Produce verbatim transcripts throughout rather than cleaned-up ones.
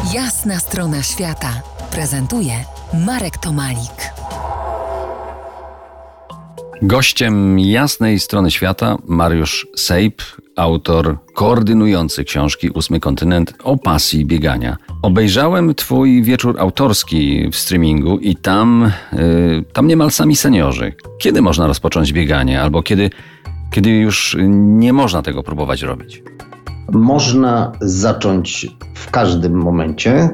Jasna strona świata prezentuje Marek Tomalik. Gościem Jasnej Strony Świata Mariusz Sejp, autor koordynujący książki Ósmy Kontynent o pasji biegania. Obejrzałem twój wieczór autorski w streamingu i tam, yy, tam niemal sami seniorzy. Kiedy można rozpocząć bieganie albo kiedy, kiedy już nie można tego próbować robić? Można zacząć w każdym momencie.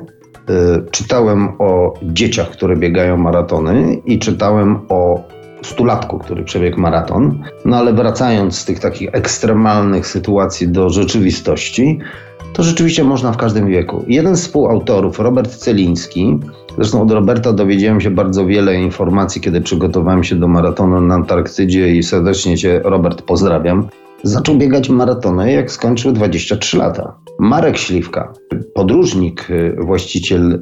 Czytałem o dzieciach, które biegają maratony i czytałem o stulatku, który przebiegł maraton. No ale wracając z tych takich ekstremalnych sytuacji do rzeczywistości, to rzeczywiście można w każdym wieku. Jeden z współautorów, Robert Celiński, zresztą od Roberta dowiedziałem się bardzo wiele informacji, kiedy przygotowałem się do maratonu na Antarktydzie i serdecznie Cię, Robert, pozdrawiam. Zaczął biegać maratony, jak skończył dwadzieścia trzy lata. Marek Śliwka, podróżnik, właściciel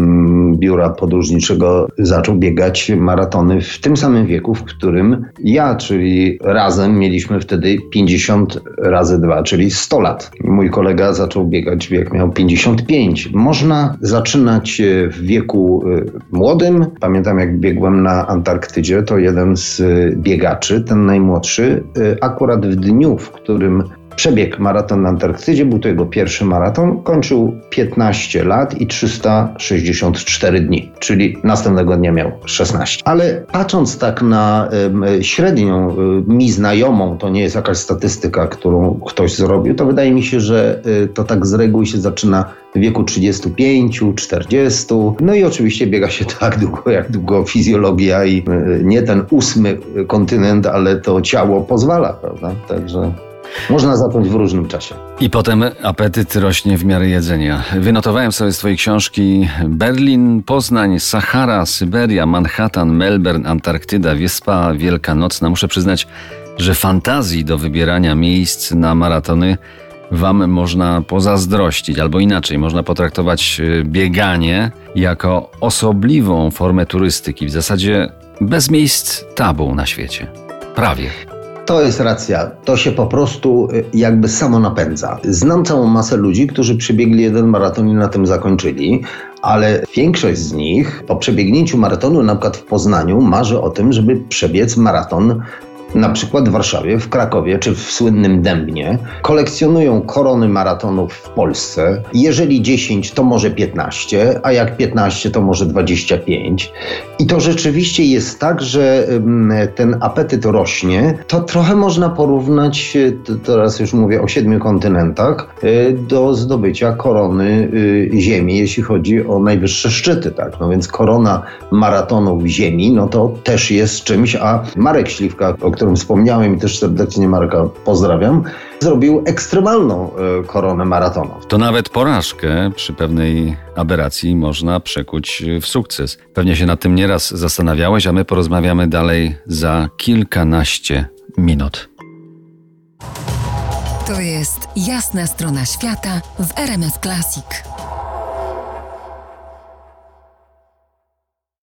biura podróżniczego, zaczął biegać maratony w tym samym wieku, w którym ja, czyli razem mieliśmy wtedy pięćdziesiąt razy dwa, czyli sto lat. Mój kolega zaczął biegać, jak miał pięćdziesiąt pięć. Można zaczynać w wieku młodym. Pamiętam, jak biegłem na Antarktydzie, to jeden z biegaczy, ten najmłodszy, akurat w dniu, w którym przebiegł maraton na Antarktydzie, był to jego pierwszy maraton, kończył piętnaście lat i trzysta sześćdziesiąt cztery dni, czyli następnego dnia miał szesnaście. Ale patrząc tak na y, średnią, y, mi znajomą, to nie jest jakaś statystyka, którą ktoś zrobił, to wydaje mi się, że y, to tak z reguły się zaczyna w wieku trzydziestu pięciu, czterdziestu. No i oczywiście biega się tak długo, jak długo fizjologia i y, nie ten ósmy kontynent, ale to ciało pozwala, prawda? Także można zacząć w różnym czasie. I potem apetyt rośnie w miarę jedzenia. Wynotowałem sobie z twojej książki Berlin, Poznań, Sahara, Syberia, Manhattan, Melbourne, Antarktyda, Wyspa Wielkanocna. Muszę przyznać, że fantazji do wybierania miejsc na maratony wam można pozazdrościć, albo inaczej, można potraktować bieganie jako osobliwą formę turystyki, w zasadzie bez miejsc tabu na świecie. Prawie. To jest racja. To się po prostu jakby samo napędza. Znam całą masę ludzi, którzy przebiegli jeden maraton i na tym zakończyli, ale większość z nich po przebiegnięciu maratonu, na przykład w Poznaniu, marzy o tym, żeby przebiec maraton na przykład w Warszawie, w Krakowie czy w słynnym Dębnie. Kolekcjonują korony maratonów w Polsce. Jeżeli dziesięć, to może piętnaście, a jak piętnaście, to może dwadzieścia pięć. I to rzeczywiście jest tak, że ten apetyt rośnie. To trochę można porównać, teraz już mówię o siedmiu kontynentach, do zdobycia korony Ziemi, jeśli chodzi o najwyższe szczyty. Tak? No więc korona maratonów Ziemi, no to też jest czymś, a Marek Śliwka, o którym wspomniałem i też serdecznie Marka pozdrawiam, zrobił ekstremalną y, koronę maratonów. To nawet porażkę przy pewnej aberracji można przekuć w sukces. Pewnie się nad tym nieraz zastanawiałeś, a my porozmawiamy dalej za kilkanaście minut. To jest Jasna Strona Świata w R M F Classic.